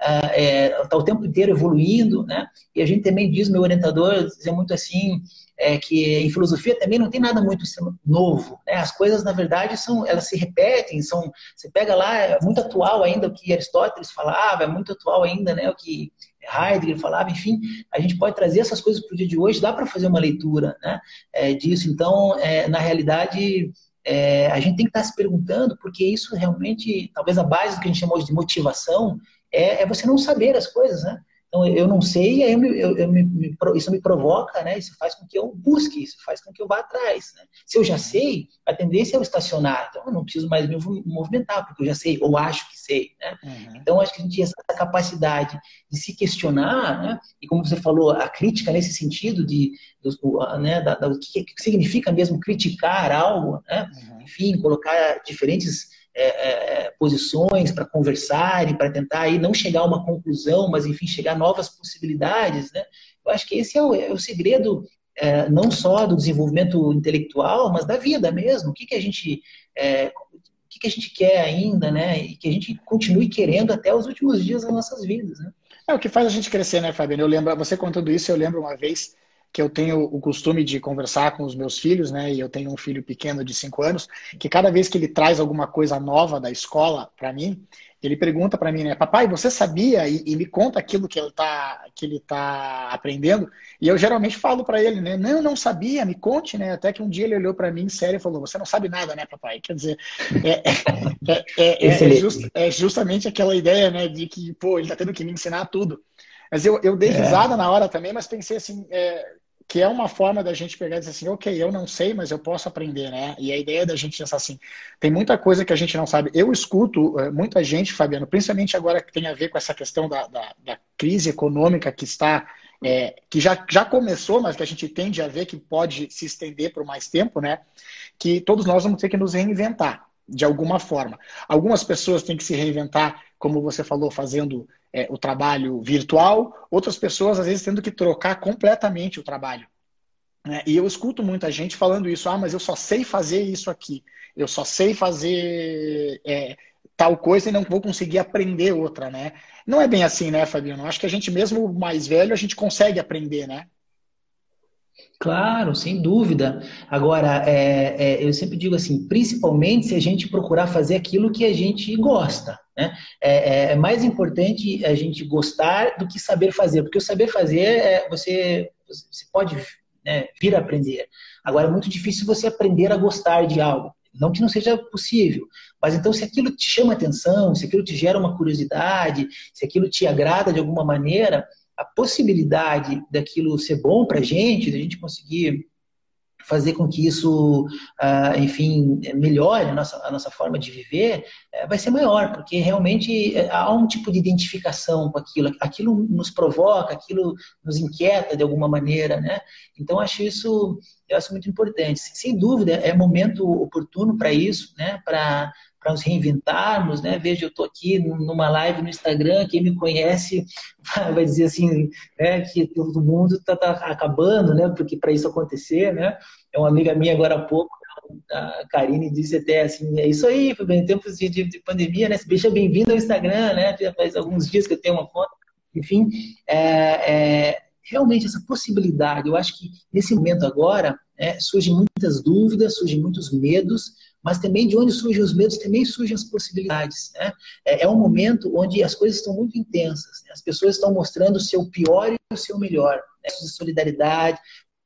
está o tempo inteiro evoluindo, né, e a gente também diz, meu orientador dizia muito assim, que em filosofia também não tem nada muito novo, né? As coisas, na verdade, elas se repetem, você pega lá, é muito atual ainda o que Aristóteles falava, é muito atual ainda, né, o que Heidegger falava, enfim, a gente pode trazer essas coisas para o dia de hoje, dá para fazer uma leitura, né, disso. Então, na realidade, a gente tem que estar se perguntando, porque isso realmente, talvez a base do que a gente chama hoje de motivação, é você não saber as coisas, né? Então, eu não sei, e aí isso me provoca, né? Isso faz com que eu busque, isso faz com que eu vá atrás, né? Se eu já sei, a tendência é eu estacionar. Então, eu não preciso mais me movimentar, porque eu já sei, ou acho que sei, né? Uhum. Então, acho que a gente tem essa capacidade de se questionar, né? E como você falou, a crítica nesse sentido né? Do que significa mesmo criticar algo, né? Uhum. Enfim, colocar diferentes posições para conversar e para tentar aí não chegar a uma conclusão, mas enfim, chegar a novas possibilidades, né? Eu acho que esse é o segredo não só do desenvolvimento intelectual, mas da vida mesmo. O que a gente quer ainda, né? E que a gente continue querendo até os últimos dias das nossas vidas, né? É o que faz a gente crescer, né, Fabiano? Você contando isso, eu lembro uma vez que eu tenho o costume de conversar com os meus filhos, né? E eu tenho um filho pequeno de 5 anos, que cada vez que ele traz alguma coisa nova da escola para mim, ele pergunta para mim, né? Papai, você sabia? E me conta aquilo que ele tá aprendendo. E eu geralmente falo para ele, né? Não sabia, me conte, né? Até que um dia ele olhou para mim sério e falou, você não sabe nada, né, papai? Quer dizer, é justamente aquela ideia, né? De que, pô, ele tá tendo que me ensinar tudo. Mas eu dei risada na hora também, mas pensei assim, que é uma forma da gente pegar e dizer assim, ok, eu não sei, mas eu posso aprender, né? E a ideia da gente pensar assim, tem muita coisa que a gente não sabe. Eu escuto muita gente, Fabiano, principalmente agora que tem a ver com essa questão da crise econômica que está, que já começou, mas que a gente tende a ver que pode se estender por mais tempo, né? Que todos nós vamos ter que nos reinventar, de alguma forma. Algumas pessoas têm que se reinventar, como você falou, fazendo o trabalho virtual, outras pessoas, às vezes, tendo que trocar completamente o trabalho. E eu escuto muita gente falando isso, mas eu só sei fazer isso aqui, eu só sei fazer tal coisa e não vou conseguir aprender outra, né? Não é bem assim, né, Fabiano? Acho que a gente, mesmo mais velho, a gente consegue aprender, né? Claro, sem dúvida. Agora, eu sempre digo assim, principalmente se a gente procurar fazer aquilo que a gente gosta, né? É mais importante a gente gostar do que saber fazer, porque o saber fazer, você pode, né, vir a aprender. Agora, é muito difícil você aprender a gostar de algo. Não que não seja possível, mas então se aquilo te chama atenção, se aquilo te gera uma curiosidade, se aquilo te agrada de alguma maneira, a possibilidade daquilo ser bom para a gente, da gente conseguir fazer com que isso, enfim, melhore a nossa forma de viver, vai ser maior, porque realmente há um tipo de identificação com aquilo, aquilo nos provoca, aquilo nos inquieta de alguma maneira, né? Então, eu acho muito importante. Sem dúvida, é momento oportuno para isso, né? Para nos reinventarmos, né? Veja, eu estou aqui numa live no Instagram, quem me conhece vai dizer assim, né, que todo mundo está acabando, né? Porque para isso acontecer, né? É uma amiga minha agora há pouco, a Karine, disse até assim, é isso aí, em tempos de pandemia, né? Seja bem-vindo ao Instagram, né? Já faz alguns dias que eu tenho uma conta, enfim, realmente essa possibilidade, eu acho que nesse momento agora, surgem muitas dúvidas, surgem muitos medos, mas também de onde surgem os medos, também surgem as possibilidades. Né? É um momento onde as coisas estão muito intensas, né? As pessoas estão mostrando o seu pior e o seu melhor, né? Solidariedade,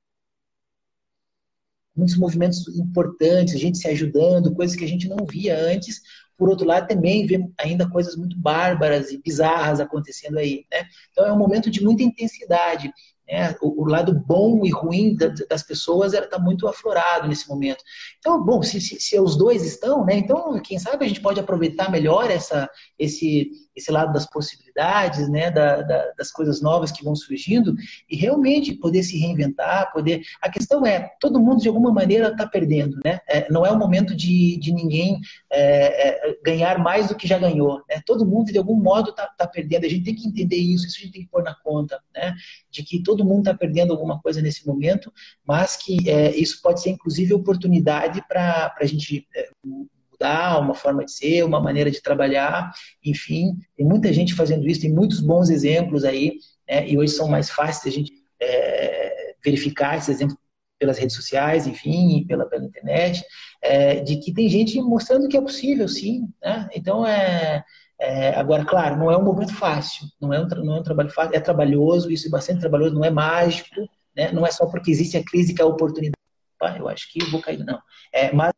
muitos movimentos importantes, gente se ajudando, coisas que a gente não via antes. Por outro lado, também vê ainda coisas muito bárbaras e bizarras acontecendo aí. Né? Então, é um momento de muita intensidade. Né? O lado bom e ruim das pessoas está muito aflorado nesse momento. Então, bom, se os dois estão, né? Então, quem sabe a gente pode aproveitar melhor esse lado das possibilidades, né? Das coisas novas que vão surgindo e realmente poder se reinventar, poder... A questão é, todo mundo de alguma maneira está perdendo, né? Não é o momento de ninguém ganhar mais do que já ganhou, né? Todo mundo de algum modo está perdendo, a gente tem que entender isso a gente tem que pôr na conta, né? De que todo mundo está perdendo alguma coisa nesse momento, mas que isso pode ser inclusive oportunidade para a gente mudar uma forma de ser, uma maneira de trabalhar, enfim, tem muita gente fazendo isso, tem muitos bons exemplos aí, né? E hoje são mais fáceis de a gente verificar esses exemplos pelas redes sociais, enfim, pela internet, de que tem gente mostrando que é possível, sim, né? Então, agora, claro, não é um momento fácil, não é um trabalho fácil, é trabalhoso, isso é bastante trabalhoso, não é mágico, né? Não é só porque existe a crise que é a oportunidade. Eu acho que eu vou cair, não. Mas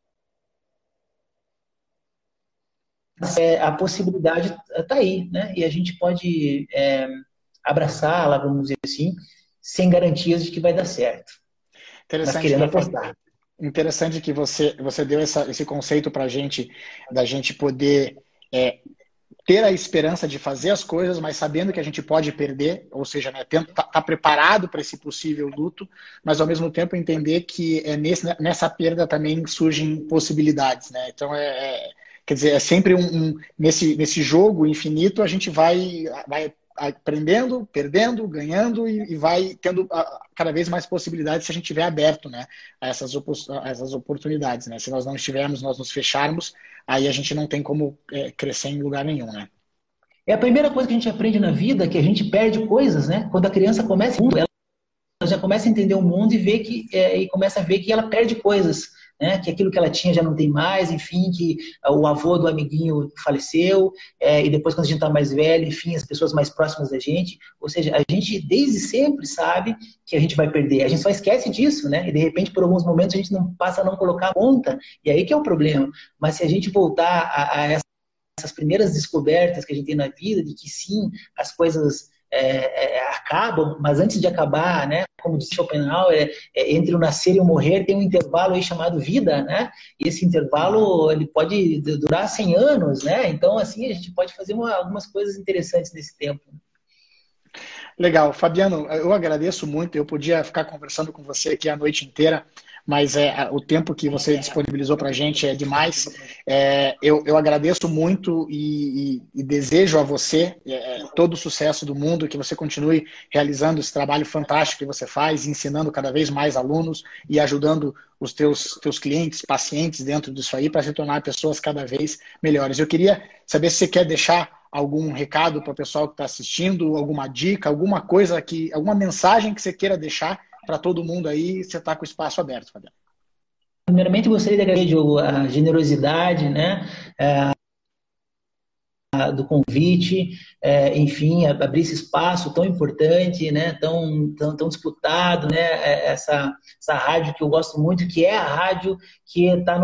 a possibilidade está aí, né? E a gente pode abraçá-la, vamos dizer assim, sem garantias de que vai dar certo. Mas querendo apostar. Interessante que você deu esse conceito para a gente, da gente poder ter a esperança de fazer as coisas, mas sabendo que a gente pode perder, ou seja, né, tá preparado para esse possível luto, mas ao mesmo tempo entender que nessa perda também surgem possibilidades, né? Então quer dizer, é sempre nesse jogo infinito a gente vai aprendendo, perdendo, ganhando e vai tendo cada vez mais possibilidades se a gente estiver aberto, né, a essas oportunidades, né? Se nós não estivermos, nós nos fecharmos, aí a gente não tem como crescer em lugar nenhum, né? É a primeira coisa que a gente aprende na vida, que a gente perde coisas, né? Quando a criança começa, ela já começa a entender o mundo e começa a ver que ela perde coisas, né? Que aquilo que ela tinha já não tem mais, enfim, que o avô do amiguinho faleceu, e depois quando a gente está mais velho, enfim, as pessoas mais próximas da gente, ou seja, a gente desde sempre sabe que a gente vai perder, a gente só esquece disso, né? E de repente por alguns momentos a gente passa a não colocar a conta, e aí que é o problema. Mas se a gente voltar a essas primeiras descobertas que a gente tem na vida, de que sim, as coisas acabam, mas antes de acabar, né, como disse Schopenhauer, entre o nascer e o morrer tem um intervalo aí chamado vida, né? E esse intervalo ele pode durar 100 anos, né? Então, assim, a gente pode fazer algumas coisas interessantes nesse tempo. Legal. Fabiano, eu agradeço muito. Eu podia ficar conversando com você aqui a noite inteira, mas o tempo que você disponibilizou para a gente é demais. Eu agradeço muito e desejo a você todo o sucesso do mundo, que você continue realizando esse trabalho fantástico que você faz, ensinando cada vez mais alunos e ajudando os teus clientes, pacientes dentro disso aí para se tornar pessoas cada vez melhores. Eu queria saber se você quer deixar algum recado para o pessoal que está assistindo, alguma dica, alguma coisa, alguma mensagem que você queira deixar para todo mundo aí, você está com o espaço aberto, Fabiano. Primeiramente, gostaria de agradecer, Diogo, a generosidade, né? do convite, enfim, abrir esse espaço tão importante, né, tão disputado, né, essa rádio que eu gosto muito, que é a rádio que está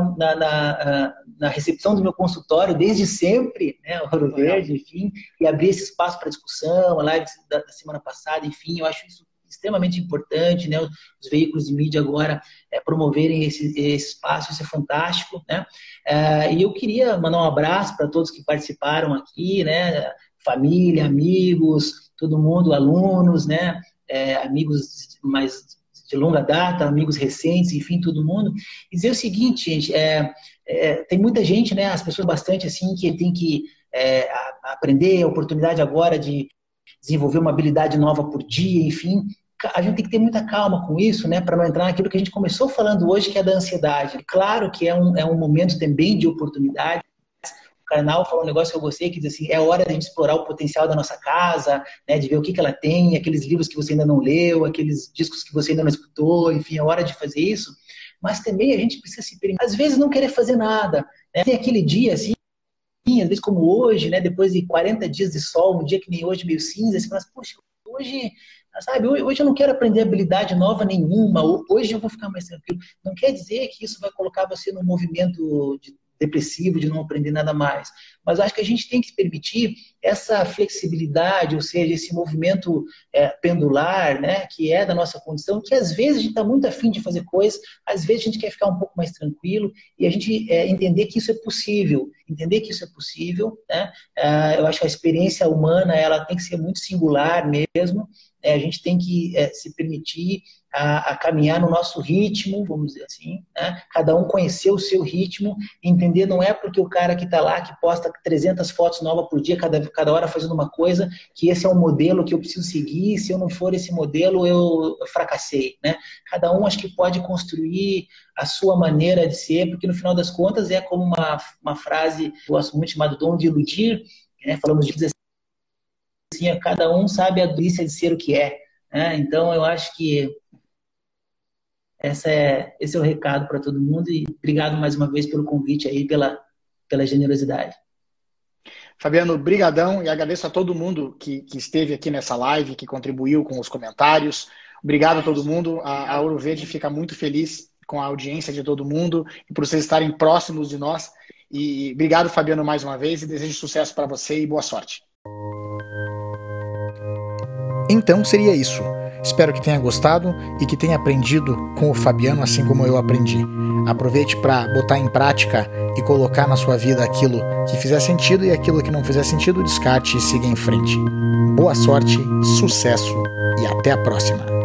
na recepção do meu consultório desde sempre, né, o Ouro Verde, enfim, e abrir esse espaço para discussão, a live da semana passada, enfim, eu acho isso extremamente importante, né, os veículos de mídia agora promoverem esse espaço, isso é fantástico, né, e eu queria mandar um abraço para todos que participaram aqui, né, família, amigos, todo mundo, alunos, né, amigos mais de longa data, amigos recentes, enfim, todo mundo, e dizer o seguinte, gente, tem muita gente, né, as pessoas bastante assim, que tem que aprender, a oportunidade agora de desenvolver uma habilidade nova por dia, enfim, a gente tem que ter muita calma com isso, né, para não entrar naquilo que a gente começou falando hoje, que é da ansiedade. Claro que é um momento também de oportunidade. O Karnal falou um negócio que eu gostei, que diz assim, é hora de a gente explorar o potencial da nossa casa, né, de ver o que ela tem, aqueles livros que você ainda não leu, aqueles discos que você ainda não escutou, enfim, é hora de fazer isso. Mas também a gente precisa se permitir, às vezes, não querer fazer nada, né? Tem aquele dia, assim, às vezes como hoje, né, depois de 40 dias de sol, um dia que nem hoje, meio cinza, você fala assim, poxa, hoje, sabe, hoje eu não quero aprender habilidade nova nenhuma, hoje eu vou ficar mais tranquilo. Não quer dizer que isso vai colocar você num movimento depressivo, de não aprender nada mais. Mas eu acho que a gente tem que permitir essa flexibilidade, ou seja, esse movimento pendular, né, que é da nossa condição, que às vezes a gente está muito afim de fazer coisas, às vezes a gente quer ficar um pouco mais tranquilo, e a gente entender que isso é possível, né? Eu acho que a experiência humana ela tem que ser muito singular mesmo, a gente tem que se permitir a caminhar no nosso ritmo, vamos dizer assim, né? Cada um conhecer o seu ritmo, entender não é porque o cara que está lá, que posta 300 fotos novas por dia, cada hora fazendo uma coisa, que esse é um modelo que eu preciso seguir, se eu não for esse modelo, eu fracassei, né? Cada um acho que pode construir a sua maneira de ser, porque no final das contas é como uma frase que eu gosto muito, chamada dom de iludir, né? Falamos de dizer assim, cada um sabe a delícia de ser o que é, né? Então eu acho que esse é o recado para todo mundo e obrigado mais uma vez pelo convite aí, pela generosidade. Fabiano, brigadão e agradeço a todo mundo que esteve aqui nessa live, que contribuiu com os comentários. Obrigado a todo mundo. A Ouro Verde fica muito feliz com a audiência de todo mundo e por vocês estarem próximos de nós. E obrigado, Fabiano, mais uma vez e desejo sucesso para você e boa sorte. Então seria isso. Espero que tenha gostado e que tenha aprendido com o Fabiano assim como eu aprendi. Aproveite para botar em prática e colocar na sua vida aquilo que fizer sentido e aquilo que não fizer sentido, descarte e siga em frente. Boa sorte, sucesso e até a próxima!